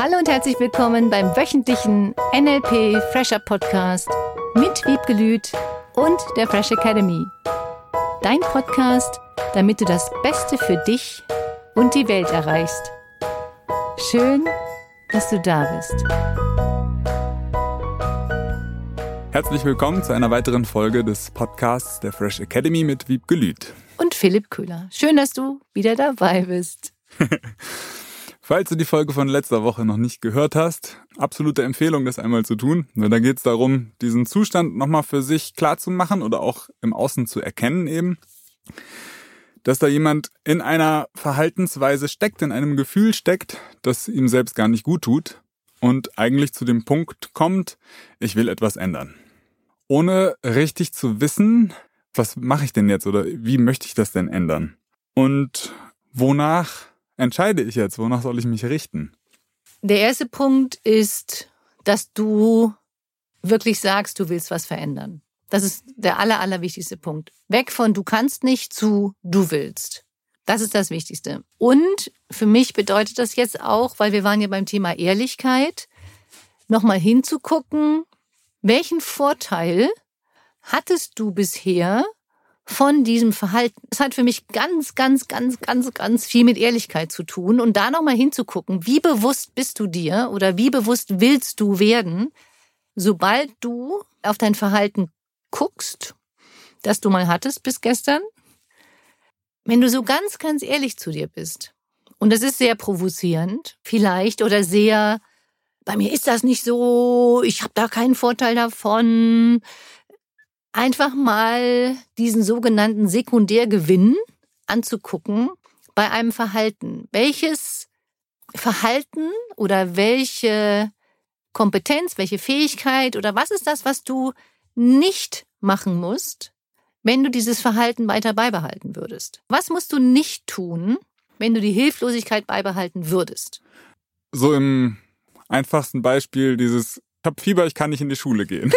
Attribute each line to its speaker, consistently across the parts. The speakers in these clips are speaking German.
Speaker 1: Hallo und herzlich willkommen beim wöchentlichen NLP Fresher Podcast mit Wiebke Lüth und der Fresh Academy. Dein Podcast, damit du das Beste für dich und die Welt erreichst. Schön, dass du da bist.
Speaker 2: Herzlich willkommen zu einer weiteren Folge des Podcasts der Fresh Academy mit Wiebke Lüth.
Speaker 1: Und Philipp Köhler. Schön, dass du wieder dabei bist.
Speaker 2: Falls du die Folge von letzter Woche noch nicht gehört hast, absolute Empfehlung, das einmal zu tun. Da geht es darum, diesen Zustand nochmal für sich klar zu machen oder auch im Außen zu erkennen eben, dass da jemand in einer Verhaltensweise steckt, in einem Gefühl steckt, das ihm selbst gar nicht gut tut und eigentlich zu dem Punkt kommt, ich will etwas ändern. Ohne richtig zu wissen, was mache ich denn jetzt oder wie möchte ich das denn ändern? Und wonach entscheide ich jetzt? Wonach soll ich mich richten?
Speaker 1: Der erste Punkt ist, dass du wirklich sagst, du willst was verändern. Das ist der allerwichtigste Punkt. Weg von du kannst nicht zu du willst. Das ist das Wichtigste. Und für mich bedeutet das jetzt auch, weil wir waren ja beim Thema Ehrlichkeit, nochmal hinzugucken, welchen Vorteil hattest du bisher von diesem Verhalten? Das hat für mich ganz viel mit Ehrlichkeit zu tun. Und da nochmal hinzugucken, wie bewusst bist du dir oder wie bewusst willst du werden, sobald du auf dein Verhalten guckst, das du mal hattest bis gestern. Wenn du so ganz ehrlich zu dir bist, und das ist sehr provozierend vielleicht oder sehr, bei mir ist das nicht so, ich habe da keinen Vorteil davon, einfach mal diesen sogenannten Sekundärgewinn anzugucken bei einem Verhalten. Welches Verhalten oder welche Kompetenz, welche Fähigkeit oder was ist das, was du nicht machen musst, wenn du dieses Verhalten weiter beibehalten würdest? Was musst du nicht tun, wenn du die Hilflosigkeit beibehalten würdest?
Speaker 2: So im einfachsten Beispiel dieses, ich habe Fieber, ich kann nicht in die Schule gehen.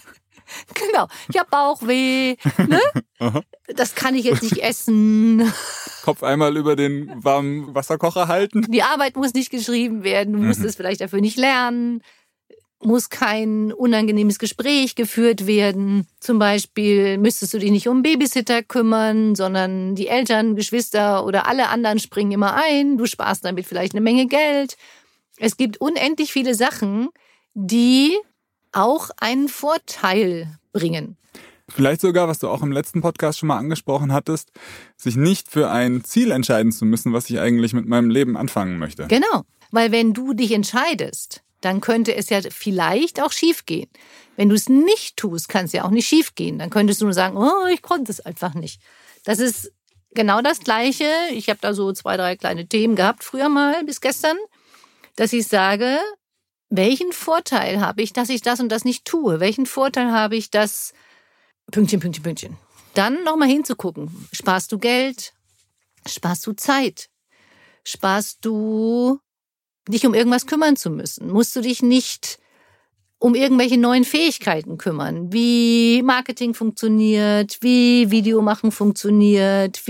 Speaker 1: Genau, ich habe Bauchweh, ne? Das kann ich jetzt nicht essen.
Speaker 2: Kopf einmal über den warmen Wasserkocher halten.
Speaker 1: Die Arbeit muss nicht geschrieben werden, du musst es vielleicht dafür nicht lernen. Muss kein unangenehmes Gespräch geführt werden. Zum Beispiel müsstest du dich nicht um einen Babysitter kümmern, sondern die Eltern, Geschwister oder alle anderen springen immer ein. Du sparst damit vielleicht eine Menge Geld. Es gibt unendlich viele Sachen, die auch einen Vorteil bringen.
Speaker 2: Vielleicht sogar, was du auch im letzten Podcast schon mal angesprochen hattest, sich nicht für ein Ziel entscheiden zu müssen, was ich eigentlich mit meinem Leben anfangen möchte.
Speaker 1: Genau, weil wenn du dich entscheidest, dann könnte es ja vielleicht auch schief gehen. Wenn du es nicht tust, kann es ja auch nicht schief gehen. Dann könntest du nur sagen, oh, ich konnte es einfach nicht. Das ist genau das Gleiche. Ich habe da so 2, 3 kleine Themen gehabt früher mal bis gestern, dass ich sage, welchen Vorteil habe ich, dass ich das und das nicht tue? Welchen Vorteil habe ich, dass Pünktchen. Dann nochmal hinzugucken. Sparst du Geld? Sparst du Zeit? Sparst du dich um irgendwas kümmern zu müssen? Musst du dich nicht um irgendwelche neuen Fähigkeiten kümmern? Wie Marketing funktioniert, wie Videomachen funktioniert,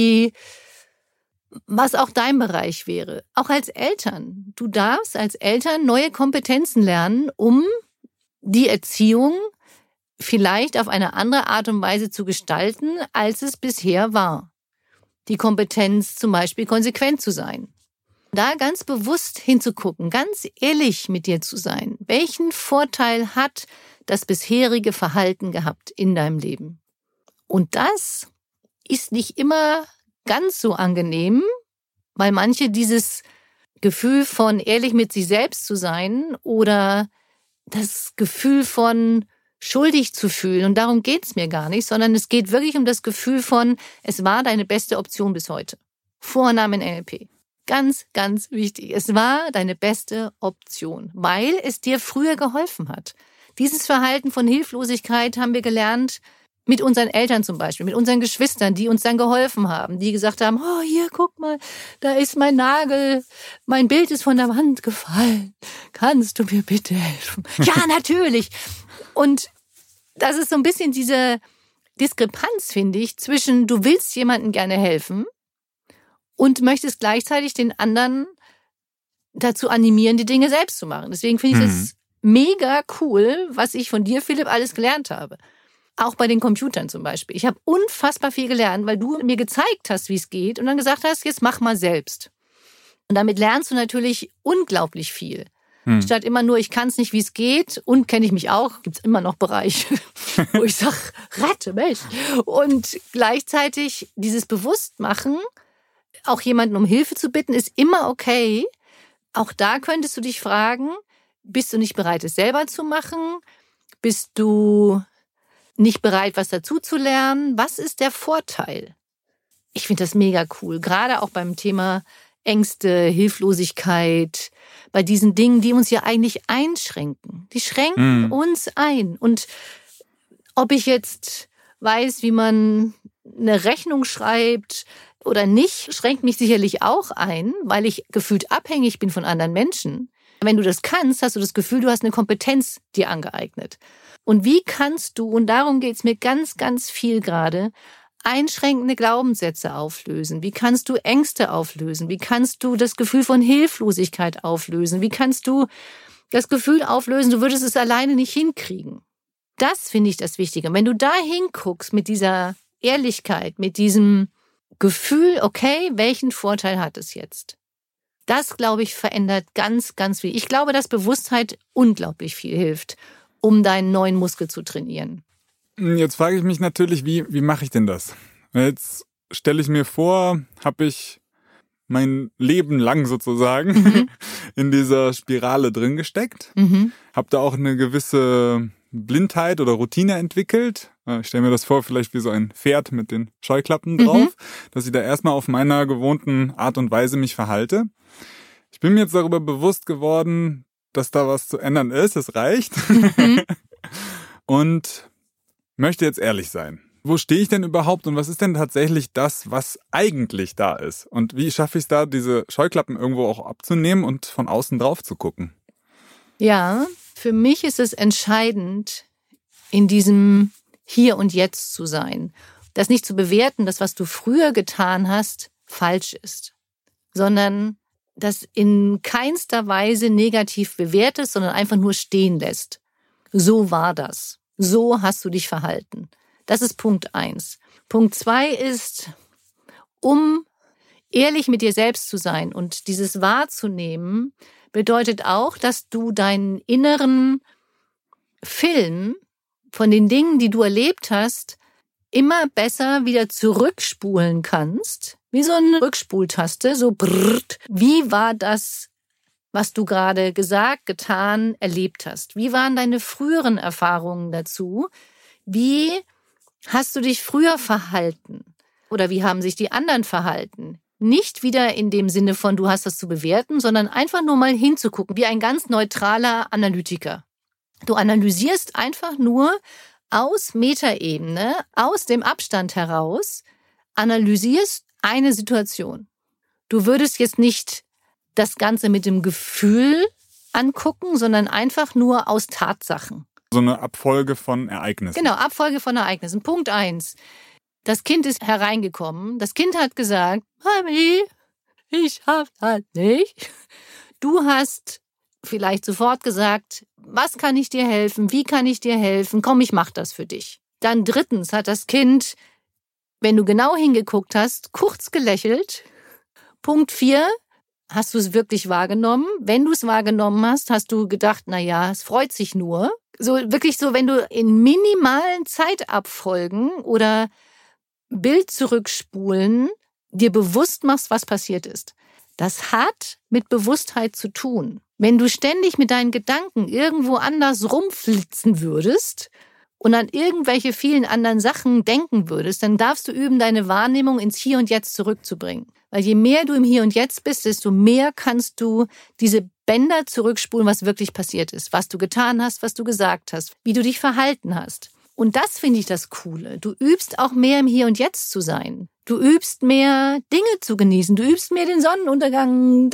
Speaker 1: was auch dein Bereich wäre. Auch als Eltern. Du darfst als Eltern neue Kompetenzen lernen, um die Erziehung vielleicht auf eine andere Art und Weise zu gestalten, als es bisher war. Die Kompetenz zum Beispiel konsequent zu sein. Da ganz bewusst hinzugucken, ganz ehrlich mit dir zu sein. Welchen Vorteil hat das bisherige Verhalten gehabt in deinem Leben? Und das ist nicht immer ganz so angenehm, weil manche dieses Gefühl von ehrlich mit sich selbst zu sein oder das Gefühl von schuldig zu fühlen, und darum geht's mir gar nicht, sondern es geht wirklich um das Gefühl von, es war deine beste Option bis heute. Vorname in NLP. Ganz wichtig. Es war deine beste Option, weil es dir früher geholfen hat. Dieses Verhalten von Hilflosigkeit haben wir gelernt mit unseren Eltern zum Beispiel, mit unseren Geschwistern, die uns dann geholfen haben, die gesagt haben, oh, hier, guck mal, da ist mein Nagel, mein Bild ist von der Wand gefallen. Kannst du mir bitte helfen? Ja, natürlich. Und das ist so ein bisschen diese Diskrepanz, finde ich, zwischen du willst jemandem gerne helfen und möchtest gleichzeitig den anderen dazu animieren, die Dinge selbst zu machen. Deswegen finde ich es mega cool, was ich von dir, Philipp, alles gelernt habe. Auch bei den Computern zum Beispiel. Ich habe unfassbar viel gelernt, weil du mir gezeigt hast, wie es geht und dann gesagt hast, jetzt mach mal selbst. Und damit lernst du natürlich unglaublich viel. Statt immer nur, ich kann es nicht, wie es geht und kenne ich mich auch, gibt es immer noch Bereiche, wo ich sage, rette mich. Und gleichzeitig dieses Bewusstmachen, auch jemanden um Hilfe zu bitten, ist immer okay. Auch da könntest du dich fragen, bist du nicht bereit, es selber zu machen? Bist du nicht bereit, was dazu zu lernen? Was ist der Vorteil? Ich finde das mega cool, gerade auch beim Thema Ängste, Hilflosigkeit, bei diesen Dingen, die uns ja eigentlich einschränken. Die schränken uns ein. Und ob ich jetzt weiß, wie man eine Rechnung schreibt oder nicht, schränkt mich sicherlich auch ein, weil ich gefühlt abhängig bin von anderen Menschen. Wenn du das kannst, hast du das Gefühl, du hast eine Kompetenz dir angeeignet. Und wie kannst du, und darum geht es mir ganz, ganz viel gerade, einschränkende Glaubenssätze auflösen? Wie kannst du Ängste auflösen? Wie kannst du das Gefühl von Hilflosigkeit auflösen? Wie kannst du das Gefühl auflösen, du würdest es alleine nicht hinkriegen? Das finde ich das Wichtige. Wenn du da hinguckst mit dieser Ehrlichkeit, mit diesem Gefühl, okay, welchen Vorteil hat es jetzt? Das, glaube ich, verändert ganz, ganz viel. Ich glaube, dass Bewusstheit unglaublich viel hilft, um deinen neuen Muskel zu trainieren.
Speaker 2: Jetzt frage ich mich natürlich, wie mache ich denn das? Jetzt stelle ich mir vor, habe ich mein Leben lang sozusagen in dieser Spirale drin gesteckt, habe da auch eine gewisse Blindheit oder Routine entwickelt. Ich stelle mir das vor, vielleicht wie so ein Pferd mit den Scheuklappen drauf, dass ich da erstmal auf meiner gewohnten Art und Weise mich verhalte. Ich bin mir jetzt darüber bewusst geworden, dass da was zu ändern ist. Es reicht. Und möchte jetzt ehrlich sein. Wo stehe ich denn überhaupt und was ist denn tatsächlich das, was eigentlich da ist? Und wie schaffe ich es da, diese Scheuklappen irgendwo auch abzunehmen und von außen drauf zu gucken?
Speaker 1: Ja, für mich ist es entscheidend, in diesem Hier und Jetzt zu sein. Das nicht zu bewerten, dass was du früher getan hast, falsch ist, sondern das in keinster Weise negativ bewertest, sondern einfach nur stehen lässt. So war das. So hast du dich verhalten. Das ist Punkt 1. Punkt 2 ist, um ehrlich mit dir selbst zu sein und dieses wahrzunehmen, bedeutet auch, dass du deinen inneren Film von den Dingen, die du erlebt hast, immer besser wieder zurückspulen kannst. Wie so eine Rückspultaste, so brrrt. Wie war das, was du gerade gesagt, getan, erlebt hast? Wie waren deine früheren Erfahrungen dazu? Wie hast du dich früher verhalten? Oder wie haben sich die anderen verhalten? Nicht wieder in dem Sinne von, du hast das zu bewerten, sondern einfach nur mal hinzugucken, wie ein ganz neutraler Analytiker. Du analysierst einfach nur aus Metaebene, aus dem Abstand heraus, analysierst eine Situation. Du würdest jetzt nicht das Ganze mit dem Gefühl angucken, sondern einfach nur aus Tatsachen.
Speaker 2: So eine Abfolge von Ereignissen.
Speaker 1: Genau, Abfolge von Ereignissen. Punkt 1. Das Kind ist hereingekommen. Das Kind hat gesagt, Mami, ich hab das nicht. Du hast vielleicht sofort gesagt, was kann ich dir helfen? Wie kann ich dir helfen? Komm, ich mach das für dich. Dann 3. hat das Kind, wenn du genau hingeguckt hast, kurz gelächelt. Punkt 4, hast du es wirklich wahrgenommen? Wenn du es wahrgenommen hast, hast du gedacht, na ja, es freut sich nur. So wirklich so, wenn du in minimalen Zeitabfolgen oder Bild zurückspulen dir bewusst machst, was passiert ist. Das hat mit Bewusstheit zu tun. Wenn du ständig mit deinen Gedanken irgendwo anders rumflitzen würdest und an irgendwelche vielen anderen Sachen denken würdest, dann darfst du üben, deine Wahrnehmung ins Hier und Jetzt zurückzubringen. Weil je mehr du im Hier und Jetzt bist, desto mehr kannst du diese Bänder zurückspulen, was wirklich passiert ist, was du getan hast, was du gesagt hast, wie du dich verhalten hast. Und das finde ich das Coole. Du übst auch mehr im Hier und Jetzt zu sein. Du übst mehr Dinge zu genießen. Du übst mehr den Sonnenuntergang,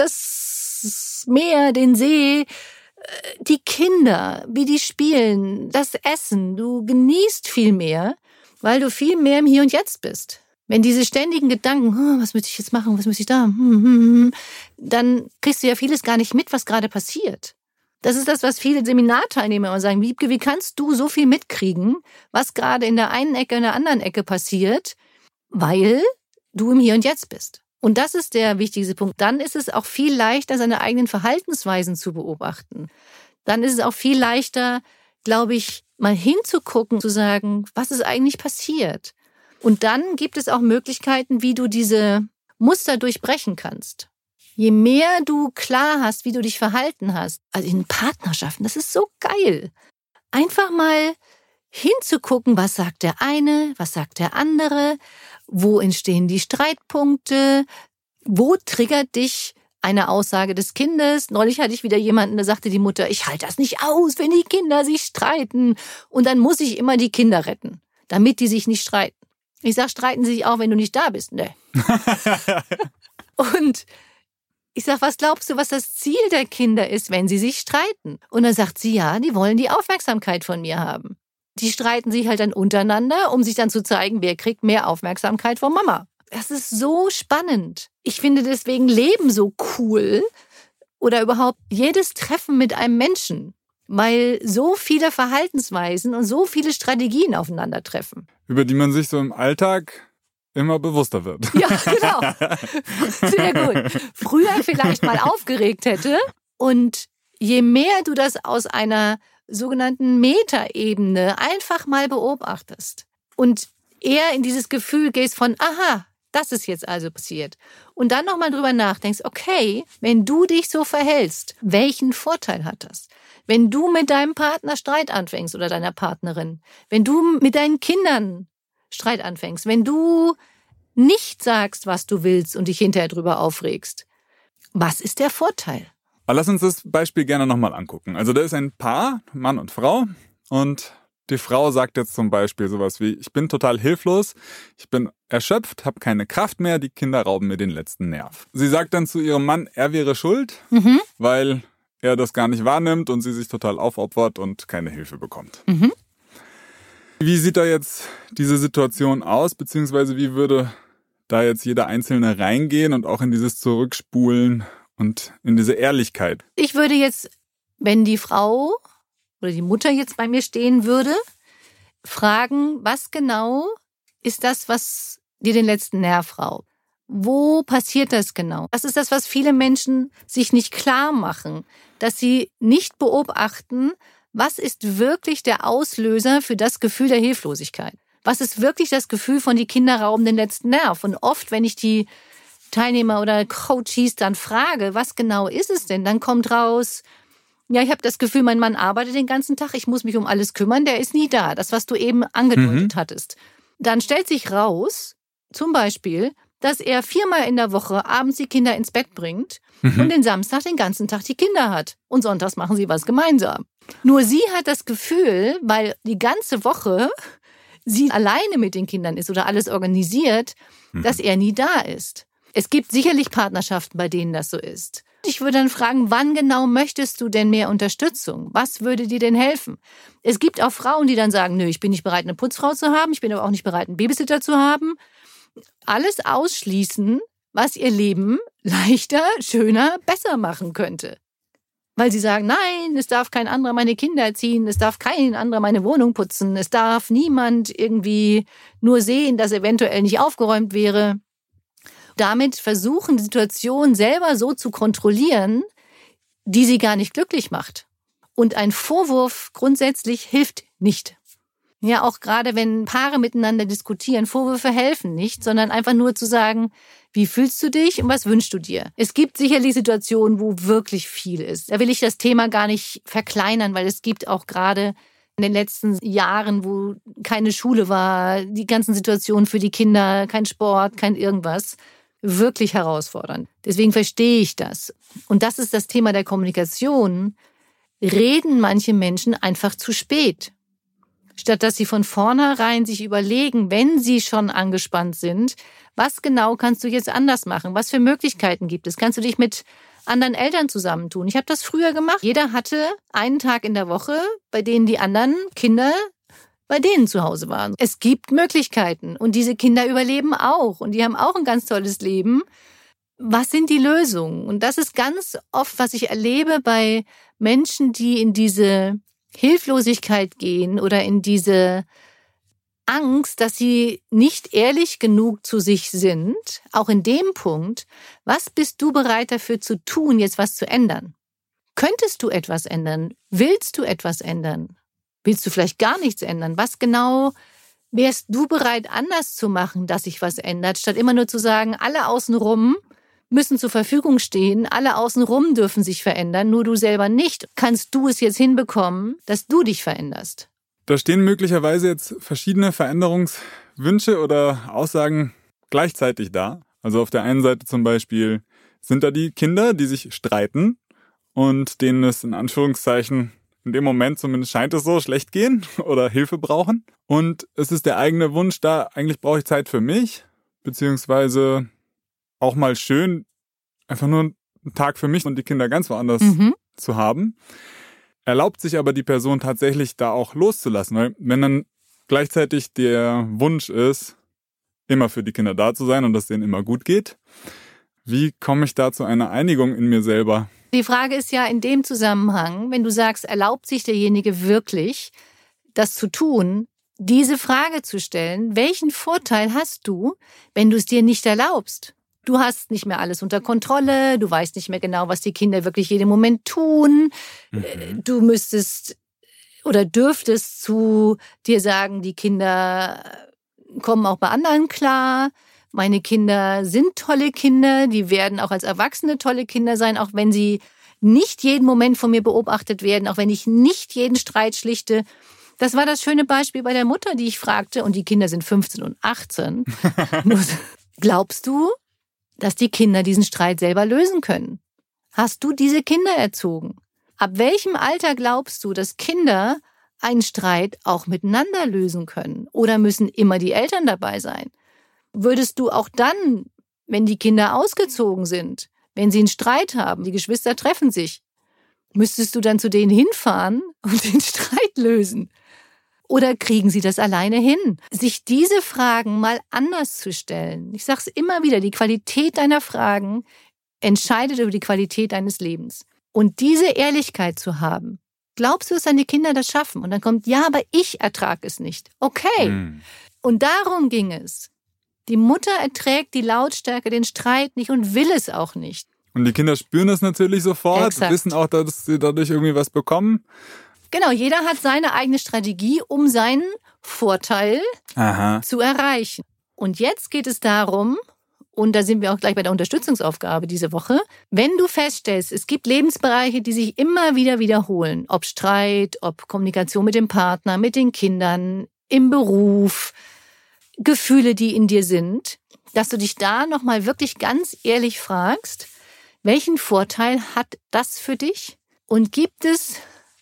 Speaker 1: das Meer, den See, die Kinder, wie die spielen, das Essen. Du genießt viel mehr, weil du viel mehr im Hier und Jetzt bist. Wenn diese ständigen Gedanken, was müsste ich jetzt machen, was müsste ich da, dann kriegst du ja vieles gar nicht mit, was gerade passiert. Das ist das, was viele Seminarteilnehmer immer sagen. Wiebke, wie kannst du so viel mitkriegen, was gerade in der einen Ecke, in der anderen Ecke passiert, weil du im Hier und Jetzt bist. Und das ist der wichtigste Punkt. Dann ist es auch viel leichter, seine eigenen Verhaltensweisen zu beobachten. Dann ist es auch viel leichter, glaube ich, mal hinzugucken, zu sagen, was ist eigentlich passiert? Und dann gibt es auch Möglichkeiten, wie du diese Muster durchbrechen kannst. Je mehr du klar hast, wie du dich verhalten hast, also in Partnerschaften, das ist so geil. Einfach mal hinzugucken, was sagt der eine, was sagt der andere, wo entstehen die Streitpunkte, wo triggert dich eine Aussage des Kindes. Neulich hatte ich wieder jemanden, da sagte die Mutter, ich halte das nicht aus, wenn die Kinder sich streiten. Und dann muss ich immer die Kinder retten, damit die sich nicht streiten. Ich sag, streiten sie sich auch, wenn du nicht da bist? Ne. Und ich sag, was glaubst du, was das Ziel der Kinder ist, wenn sie sich streiten? Und dann sagt sie, ja, die wollen die Aufmerksamkeit von mir haben. Die streiten sich halt dann untereinander, um sich dann zu zeigen, wer kriegt mehr Aufmerksamkeit von Mama. Das ist so spannend. Ich finde deswegen Leben so cool oder überhaupt jedes Treffen mit einem Menschen, weil so viele Verhaltensweisen und so viele Strategien aufeinandertreffen.
Speaker 2: Über die man sich so im Alltag immer bewusster wird.
Speaker 1: Ja, genau. Sehr gut. Früher vielleicht mal aufgeregt hätte. Und je mehr du das aus einer sogenannten Metaebene einfach mal beobachtest und eher in dieses Gefühl gehst von, aha, das ist jetzt also passiert. Und dann nochmal drüber nachdenkst, okay, wenn du dich so verhältst, welchen Vorteil hat das? Wenn du mit deinem Partner Streit anfängst oder deiner Partnerin, wenn du mit deinen Kindern Streit anfängst, wenn du nicht sagst, was du willst und dich hinterher drüber aufregst, was ist der Vorteil?
Speaker 2: Aber lass uns das Beispiel gerne nochmal angucken. Also da ist ein Paar, Mann und Frau, und die Frau sagt jetzt zum Beispiel sowas wie, ich bin total hilflos, ich bin erschöpft, habe keine Kraft mehr, die Kinder rauben mir den letzten Nerv. Sie sagt dann zu ihrem Mann, er wäre schuld, weil er das gar nicht wahrnimmt und sie sich total aufopfert und keine Hilfe bekommt. Wie sieht da jetzt diese Situation aus, beziehungsweise wie würde da jetzt jeder Einzelne reingehen und auch in dieses Zurückspulen und in diese Ehrlichkeit?
Speaker 1: Ich würde jetzt, wenn die Frau oder die Mutter jetzt bei mir stehen würde, fragen, was genau ist das, was dir den letzten Nerv raubt? Wo passiert das genau? Das ist das, was viele Menschen sich nicht klar machen, dass sie nicht beobachten, was ist wirklich der Auslöser für das Gefühl der Hilflosigkeit? Was ist wirklich das Gefühl von die Kinder rauben den letzten Nerv? Und oft, wenn ich die Teilnehmer oder Coaches dann frage, was genau ist es denn, dann kommt raus, ja, ich habe das Gefühl, mein Mann arbeitet den ganzen Tag, ich muss mich um alles kümmern, der ist nie da. Das, was du eben angedeutet hattest. Dann stellt sich raus, zum Beispiel, dass er 4-mal in der Woche abends die Kinder ins Bett bringt und den Samstag den ganzen Tag die Kinder hat. Und sonntags machen sie was gemeinsam. Nur sie hat das Gefühl, weil die ganze Woche sie alleine mit den Kindern ist oder alles organisiert, dass er nie da ist. Es gibt sicherlich Partnerschaften, bei denen das so ist. Ich würde dann fragen, wann genau möchtest du denn mehr Unterstützung? Was würde dir denn helfen? Es gibt auch Frauen, die dann sagen, nö, ich bin nicht bereit, eine Putzfrau zu haben, ich bin aber auch nicht bereit, einen Babysitter zu haben. Alles ausschließen, was ihr Leben leichter, schöner, besser machen könnte. Weil sie sagen, nein, es darf kein anderer meine Kinder erziehen, es darf kein anderer meine Wohnung putzen, es darf niemand irgendwie nur sehen, dass eventuell nicht aufgeräumt wäre. Damit versuchen, die Situation selber so zu kontrollieren, die sie gar nicht glücklich macht. Und ein Vorwurf grundsätzlich hilft nicht. Ja, auch gerade wenn Paare miteinander diskutieren, Vorwürfe helfen nicht, sondern einfach nur zu sagen, wie fühlst du dich und was wünschst du dir? Es gibt sicherlich Situationen, wo wirklich viel ist. Da will ich das Thema gar nicht verkleinern, weil es gibt auch gerade in den letzten Jahren, wo keine Schule war, die ganzen Situationen für die Kinder, kein Sport, kein irgendwas, wirklich herausfordernd. Deswegen verstehe ich das. Und das ist das Thema der Kommunikation. Reden manche Menschen einfach zu spät. Statt dass sie von vornherein sich überlegen, wenn sie schon angespannt sind, was genau kannst du jetzt anders machen? Was für Möglichkeiten gibt es? Kannst du dich mit anderen Eltern zusammentun? Ich habe das früher gemacht. Jeder hatte einen Tag in der Woche, bei denen die anderen Kinder bei denen zu Hause war. Es gibt Möglichkeiten und diese Kinder überleben auch und die haben auch ein ganz tolles Leben. Was sind die Lösungen? Und das ist ganz oft, was ich erlebe bei Menschen, die in diese Hilflosigkeit gehen oder in diese Angst, dass sie nicht ehrlich genug zu sich sind, auch in dem Punkt, was bist du bereit dafür zu tun, jetzt was zu ändern? Könntest du etwas ändern? Willst du etwas ändern? Willst du vielleicht gar nichts ändern? Was genau wärst du bereit, anders zu machen, dass sich was ändert, statt immer nur zu sagen, alle außenrum müssen zur Verfügung stehen, alle außenrum dürfen sich verändern, nur du selber nicht. Kannst du es jetzt hinbekommen, dass du dich veränderst?
Speaker 2: Da stehen möglicherweise jetzt verschiedene Veränderungswünsche oder Aussagen gleichzeitig da. Also auf der einen Seite zum Beispiel sind da die Kinder, die sich streiten und denen es in Anführungszeichen in dem Moment zumindest scheint es so schlecht gehen oder Hilfe brauchen. Und es ist der eigene Wunsch da, eigentlich brauche ich Zeit für mich, beziehungsweise auch mal schön, einfach nur einen Tag für mich und die Kinder ganz woanders zu haben. Erlaubt sich aber die Person tatsächlich da auch loszulassen, weil wenn dann gleichzeitig der Wunsch ist, immer für die Kinder da zu sein und dass es denen immer gut geht, wie komme ich da zu einer Einigung in mir selber?
Speaker 1: Die Frage ist ja in dem Zusammenhang, wenn du sagst, erlaubt sich derjenige wirklich, das zu tun, diese Frage zu stellen, welchen Vorteil hast du, wenn du es dir nicht erlaubst? Du hast nicht mehr alles unter Kontrolle, du weißt nicht mehr genau, was die Kinder wirklich jeden Moment tun. Du müsstest oder dürftest zu dir sagen, die Kinder kommen auch bei anderen klar. Meine Kinder sind tolle Kinder, die werden auch als Erwachsene tolle Kinder sein, auch wenn sie nicht jeden Moment von mir beobachtet werden, auch wenn ich nicht jeden Streit schlichte. Das war das schöne Beispiel bei der Mutter, die ich fragte, und die Kinder sind 15 und 18. Glaubst du, dass die Kinder diesen Streit selber lösen können? Hast du diese Kinder erzogen? Ab welchem Alter glaubst du, dass Kinder einen Streit auch miteinander lösen können? Oder müssen immer die Eltern dabei sein? Würdest du auch dann, wenn die Kinder ausgezogen sind, wenn sie einen Streit haben, die Geschwister treffen sich, müsstest du dann zu denen hinfahren und den Streit lösen? Oder kriegen sie das alleine hin? Sich diese Fragen mal anders zu stellen. Ich sage es immer wieder, die Qualität deiner Fragen entscheidet über die Qualität deines Lebens. Und diese Ehrlichkeit zu haben, glaubst du, dass deine Kinder das schaffen? Und dann kommt, ja, aber ich ertrage es nicht. Okay. Und darum ging es. Die Mutter erträgt die Lautstärke, den Streit nicht und will es auch nicht.
Speaker 2: Und die Kinder spüren es natürlich sofort,
Speaker 1: Exakt.
Speaker 2: Wissen auch, dass sie dadurch irgendwie was bekommen.
Speaker 1: Genau, jeder hat seine eigene Strategie, um seinen Vorteil zu erreichen. Und jetzt geht es darum, und da sind wir auch gleich bei der Unterstützungsaufgabe diese Woche, wenn du feststellst, es gibt Lebensbereiche, die sich immer wieder wiederholen, ob Streit, ob Kommunikation mit dem Partner, mit den Kindern, im Beruf, Gefühle, die in dir sind, dass du dich da nochmal wirklich ganz ehrlich fragst, welchen Vorteil hat das für dich? Und gibt es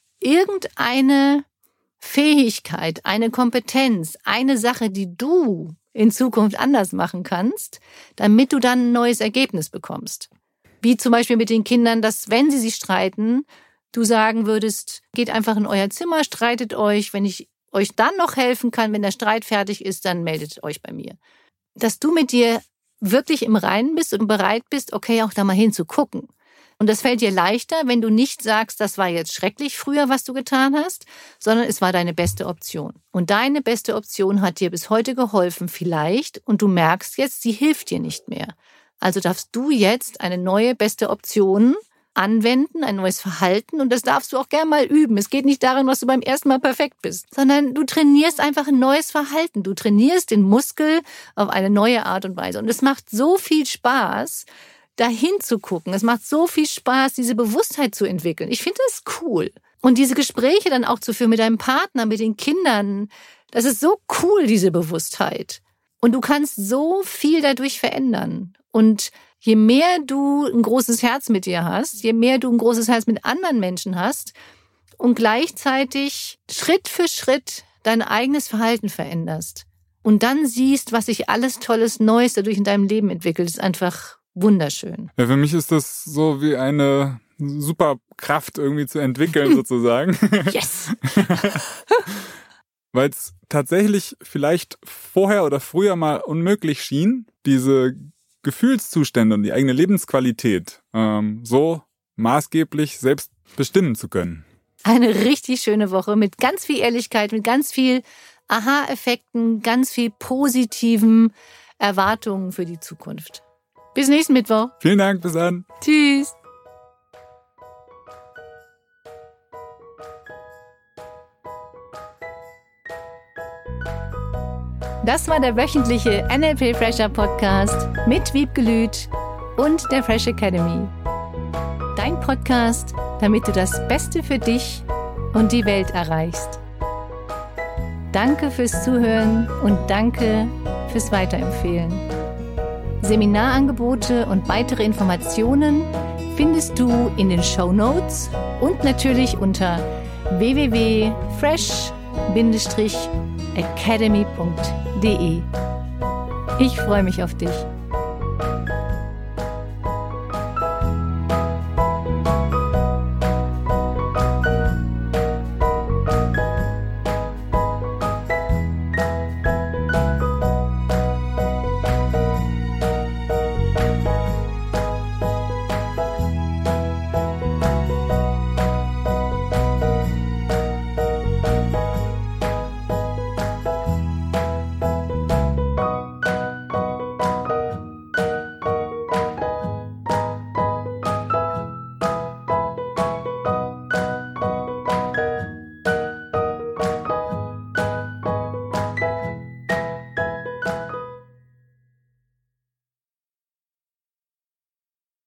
Speaker 1: irgendeine Fähigkeit, eine Kompetenz, eine Sache, die du in Zukunft anders machen kannst, damit du dann ein neues Ergebnis bekommst? Wie zum Beispiel mit den Kindern, dass, wenn sie sich streiten, du sagen würdest, geht einfach in euer Zimmer, streitet euch, wenn ich euch dann noch helfen kann, wenn der Streit fertig ist, dann meldet euch bei mir. Dass du mit dir wirklich im Reinen bist und bereit bist, okay, auch da mal hinzugucken. Und das fällt dir leichter, wenn du nicht sagst, das war jetzt schrecklich früher, was du getan hast, sondern es war deine beste Option. Und deine beste Option hat dir bis heute geholfen vielleicht und du merkst jetzt, sie hilft dir nicht mehr. Also darfst du jetzt eine neue beste Option anwenden, ein neues Verhalten, und das darfst du auch gerne mal üben. Es geht nicht darum, dass du beim ersten Mal perfekt bist, sondern du trainierst einfach ein neues Verhalten. Du trainierst den Muskel auf eine neue Art und Weise. Und es macht so viel Spaß, dahin zu gucken. Es macht so viel Spaß, diese Bewusstheit zu entwickeln. Ich finde das cool. Und diese Gespräche dann auch zu führen mit deinem Partner, mit den Kindern, das ist so cool, diese Bewusstheit. Und du kannst so viel dadurch verändern. Und je mehr du ein großes Herz mit dir hast, je mehr du ein großes Herz mit anderen Menschen hast und gleichzeitig Schritt für Schritt dein eigenes Verhalten veränderst und dann siehst, was sich alles Tolles, Neues dadurch in deinem Leben entwickelt, ist einfach wunderschön.
Speaker 2: Ja, für mich ist das so wie eine Superkraft irgendwie zu entwickeln sozusagen.
Speaker 1: Yes!
Speaker 2: weil es tatsächlich vielleicht vorher oder früher mal unmöglich schien, diese Gefühlszustände und die eigene Lebensqualität so maßgeblich selbst bestimmen zu können.
Speaker 1: Eine richtig schöne Woche mit ganz viel Ehrlichkeit, mit ganz viel Aha-Effekten, ganz viel positiven Erwartungen für die Zukunft. Bis nächsten Mittwoch.
Speaker 2: Vielen Dank, bis dann.
Speaker 1: Tschüss. Das war der wöchentliche NLP Fresher Podcast mit Wiebke Lüth und der Fresh Academy. Dein Podcast, damit du das Beste für dich und die Welt erreichst. Danke fürs Zuhören und danke fürs Weiterempfehlen. Seminarangebote und weitere Informationen findest du in den Shownotes und natürlich unter www.fresh-academy.de. Ich freue mich auf dich.